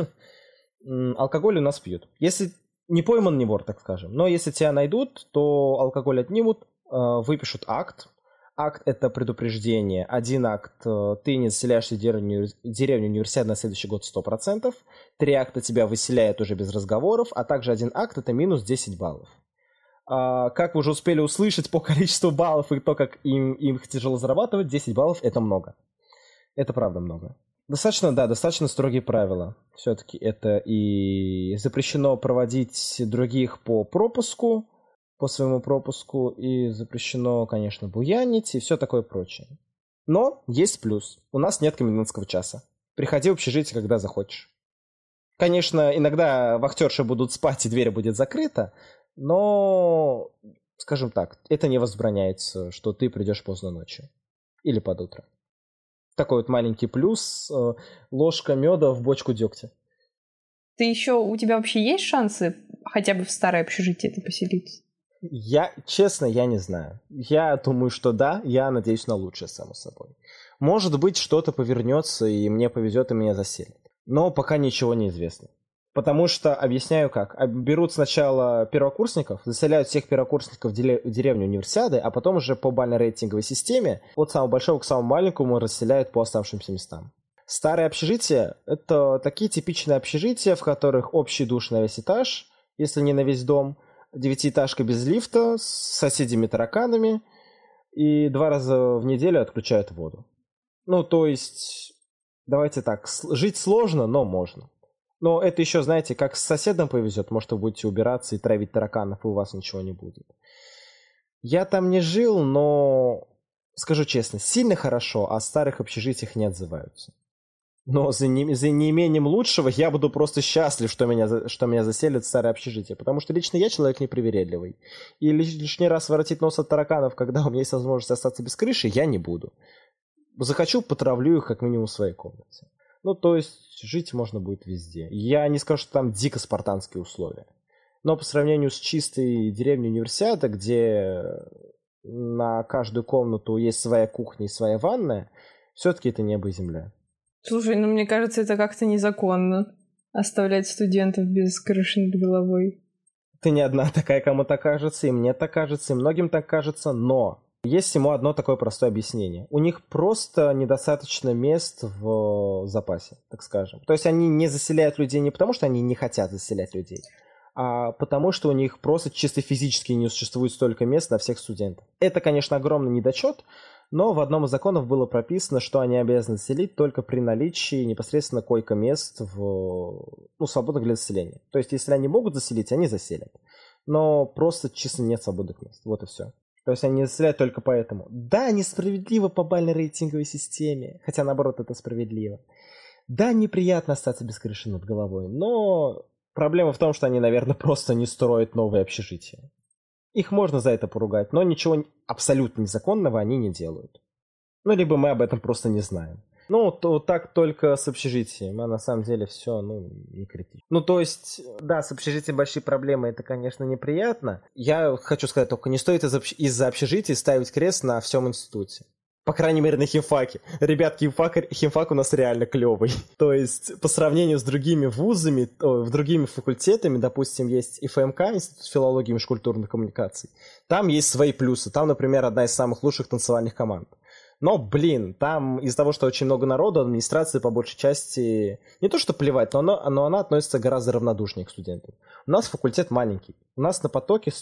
Алкоголь у нас пьют. Если не пойман, не вор, так скажем. Но если тебя найдут, то алкоголь отнимут, выпишут акт. Акт – это предупреждение. Один акт – ты не заселяешься в деревню Универсиады на следующий год 100%. 3 акта тебя выселяют уже без разговоров. А также один акт – это минус 10 баллов. Как вы уже успели услышать по количеству баллов и то, как им тяжело зарабатывать, 10 баллов – это много. Это правда много. Достаточно строгие правила. Все-таки это и запрещено проводить других по пропуску, по своему пропуску, и запрещено, конечно, буянить и все такое прочее. Но есть плюс. У нас нет комендантского часа. Приходи в общежитие, когда захочешь. Конечно, иногда вахтерши будут спать, и дверь будет закрыта, но, скажем так, это не возбраняется, что ты придешь поздно ночью или под утро. Такой вот маленький плюс. Ложка меда в бочку дегтя. У тебя вообще есть шансы хотя бы в старое общежитие поселиться? Честно, я не знаю. Я думаю, что да, я надеюсь на лучшее, само собой. Может быть, что-то повернется, и мне повезет, и меня заселят. Но пока ничего не известно. Потому что, объясняю как, берут сначала первокурсников, заселяют всех первокурсников в деревню Универсиады, а потом уже по бально-рейтинговой системе от самого большого к самому маленькому расселяют по оставшимся местам. Старые общежития – это такие типичные общежития, в которых общий душ на весь этаж, если не на весь дом, 9-этажка без лифта, с соседями-тараканами, и 2 раза в неделю отключают воду. То есть, давайте так, жить сложно, но можно. Но это еще, знаете, как с соседом повезет, может, вы будете убираться и травить тараканов, и у вас ничего не будет. Я там не жил, но, скажу честно, сильно хорошо о старых общежитиях не отзываются. Но за неимением лучшего я буду просто счастлив, что меня заселят в старое общежитие. Потому что лично я человек непривередливый. И лишний раз воротить нос от тараканов, когда у меня есть возможность остаться без крыши, я не буду. Захочу, потравлю их как минимум в своей комнате. То есть жить можно будет везде. Я не скажу, что там дико спартанские условия. Но по сравнению с чистой деревней Универсиады, где на каждую комнату есть своя кухня и своя ванная, все-таки это небо и земля. Слушай, мне кажется, это как-то незаконно. Оставлять студентов без крыши над головой. Ты не одна такая, кому так кажется, и мне так кажется, и многим так кажется, но есть всему одно такое простое объяснение. У них просто недостаточно мест в запасе, так скажем. То есть они не заселяют людей не потому, что они не хотят заселять людей, а потому что у них просто чисто физически не существует столько мест на всех студентов. Это, конечно, огромный недочет, но в одном из законов было прописано, что они обязаны заселить только при наличии непосредственно койко-мест свободных для заселения. То есть, если они могут заселить, они заселят. Но просто чисто нет свободных мест. Вот и все. То есть они не зачисляют только поэтому. Да, несправедливо по бальной рейтинговой системе, хотя наоборот это справедливо. Да, неприятно остаться без крыши над головой, но проблема в том, что они, наверное, просто не строят новые общежития. Их можно за это поругать, но ничего абсолютно незаконного они не делают. Ну, либо мы об этом просто не знаем. Ну, то так только с общежитием, а на самом деле все, не критично. Ну, то есть, да, с общежитием большие проблемы, это, конечно, неприятно. Я хочу сказать только, не стоит из-за общежития ставить крест на всем институте. По крайней мере, на химфаке. Ребятки, химфак у нас реально клевый. То есть, по сравнению с другими вузами, другими факультетами, допустим, есть ИФМК, Институт филологии и межкультурных коммуникаций. Там есть свои плюсы. Там, например, одна из самых лучших танцевальных команд. Но, там из-за того, что очень много народу, администрации по большей части не то что плевать, но она относится гораздо равнодушнее к студентам. У нас факультет маленький. У нас на потоке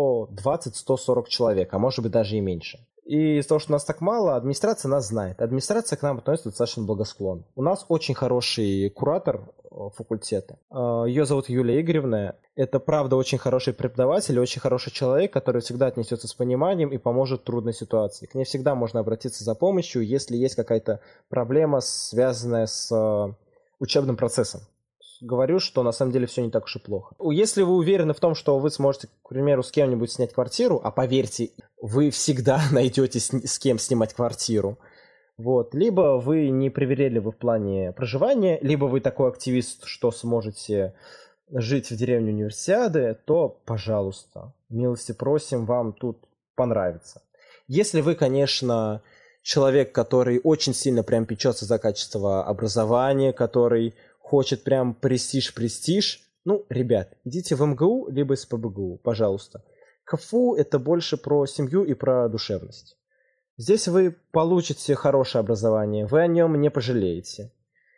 120-140 человек, а может быть даже и меньше. И из-за того, что нас так мало, администрация нас знает. Администрация к нам относится достаточно благосклонно. У нас очень хороший куратор факультета. Ее зовут Юлия Игоревна. Это, правда, очень хороший преподаватель, очень хороший человек, который всегда отнесется с пониманием и поможет в трудной ситуации. К ней всегда можно обратиться за помощью, если есть какая-то проблема, связанная с учебным процессом. Говорю, что на самом деле все не так уж и плохо. Если вы уверены в том, что вы сможете, к примеру, с кем-нибудь снять квартиру, а поверьте, вы всегда найдете с кем снимать квартиру, вот, либо вы не привередливы в плане проживания, либо вы такой активист, что сможете жить в деревне Универсиады, то, пожалуйста, милости просим, вам тут понравится. Если вы, конечно, человек, который очень сильно прям печется за качество образования, который хочет прям престиж, ребят, идите в МГУ, либо СПбГУ, пожалуйста. КФУ это больше про семью и про душевность. Здесь вы получите хорошее образование, вы о нем не пожалеете.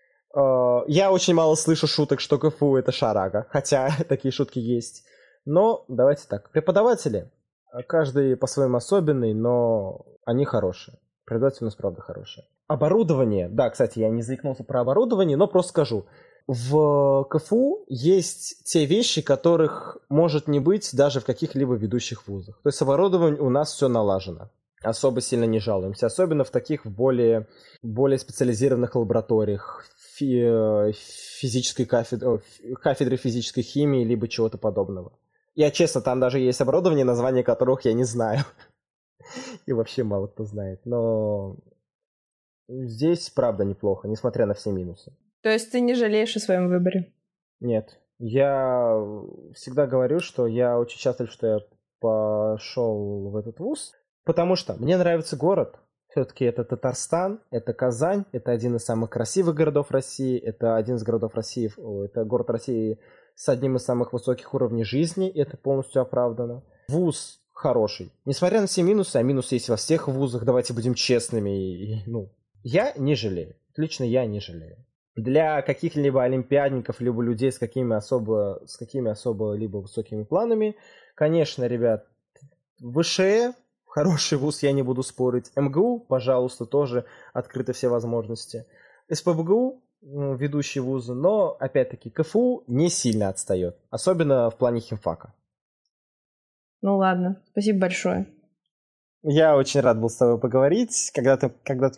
Я очень мало слышу шуток, что КФУ это шарага, хотя такие шутки есть. Но давайте так, преподаватели, каждый по-своему особенный, но они хорошие. Преподаватели у нас правда хорошие. Оборудование, да, кстати, я не заикнулся про оборудование, но просто скажу. В КФУ есть те вещи, которых может не быть даже в каких-либо ведущих вузах. То есть с оборудованием у нас все налажено. Особо сильно не жалуемся. Особенно в таких более специализированных лабораториях, кафедры физической химии, либо чего-то подобного. Я честно, там даже есть оборудование, название которых я не знаю. И вообще мало кто знает. Но здесь правда неплохо, несмотря на все минусы. То есть ты не жалеешь о своем выборе? Нет. Я всегда говорю, что я очень счастлив, что я пошел в этот вуз, потому что мне нравится город. Все-таки это Татарстан, это Казань, это один из самых красивых городов России, это один из городов России, это город России с одним из самых высоких уровней жизни, и это полностью оправдано. Вуз хороший. Несмотря на все минусы, а минусы есть во всех вузах, давайте будем честными, я не жалею. Лично я не жалею. Для каких-либо олимпиадников, либо людей с какими особо либо высокими планами, конечно, ребят, ВШЭ, хороший вуз, я не буду спорить. МГУ, пожалуйста, тоже открыты все возможности. СПбГУ, ведущие вузы, но, опять-таки, КФУ не сильно отстает, особенно в плане химфака. Ну ладно, спасибо большое. Я очень рад был с тобой поговорить. Когда ты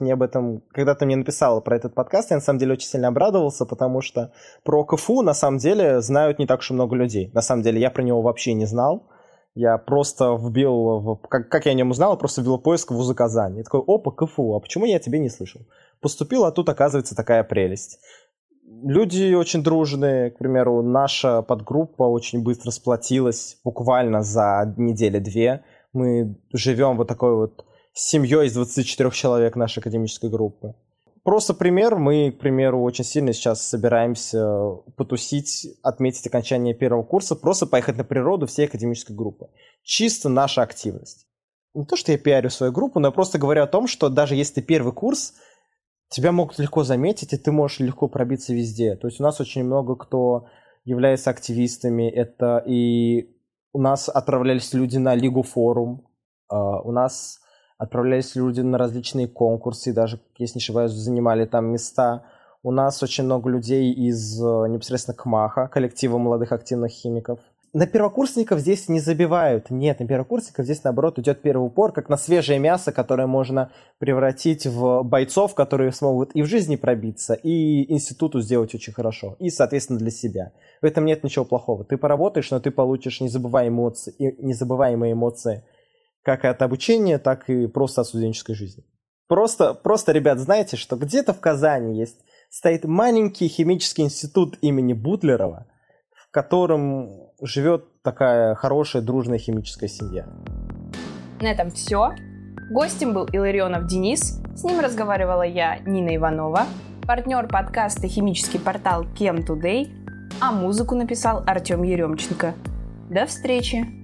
мне написала про этот подкаст, я на самом деле очень сильно обрадовался, потому что про КФУ на самом деле знают не так уж и много людей. На самом деле я про него вообще не знал. Я просто вбил, как я о нем узнал, просто вбил поиск вуза Казань. Я такой, опа, КФУ, а почему я о тебе не слышал? Поступил, а тут оказывается такая прелесть. Люди очень дружные, к примеру, наша подгруппа очень быстро сплотилась, буквально за неделю-две. Мы живем вот такой вот семьей из 24 человек нашей академической группы. Просто пример. Мы, к примеру, очень сильно сейчас собираемся потусить, отметить окончание первого курса, просто поехать на природу всей академической группы. Чисто наша активность. Не то, что я пиарю свою группу, но я просто говорю о том, что даже если ты первый курс, тебя могут легко заметить, и ты можешь легко пробиться везде. То есть у нас очень много кто является активистами. Это и у нас отправлялись люди на Лигу Форум, у нас отправлялись люди на различные конкурсы, даже, если не ошибаюсь, занимали там места. У нас очень много людей из непосредственно КМАХа, коллектива молодых активных химиков. на первокурсников здесь не забивают. Нет, на первокурсников здесь, наоборот, идет первый упор, как на свежее мясо, которое можно превратить в бойцов, которые смогут и в жизни пробиться, и институту сделать очень хорошо, и, соответственно, для себя. В этом нет ничего плохого. Ты поработаешь, но ты получишь незабываемые эмоции как от обучения, так и просто от студенческой жизни. Просто, ребят, знаете, что где-то в Казани стоит маленький химический институт имени Бутлерова, в котором живет такая хорошая, дружная химическая семья. На этом все. Гостем был Илларионов Денис. С ним разговаривала я, Нина Иванова. Партнер подкаста химический портал Chem Today. А музыку написал Артем Еремченко. До встречи!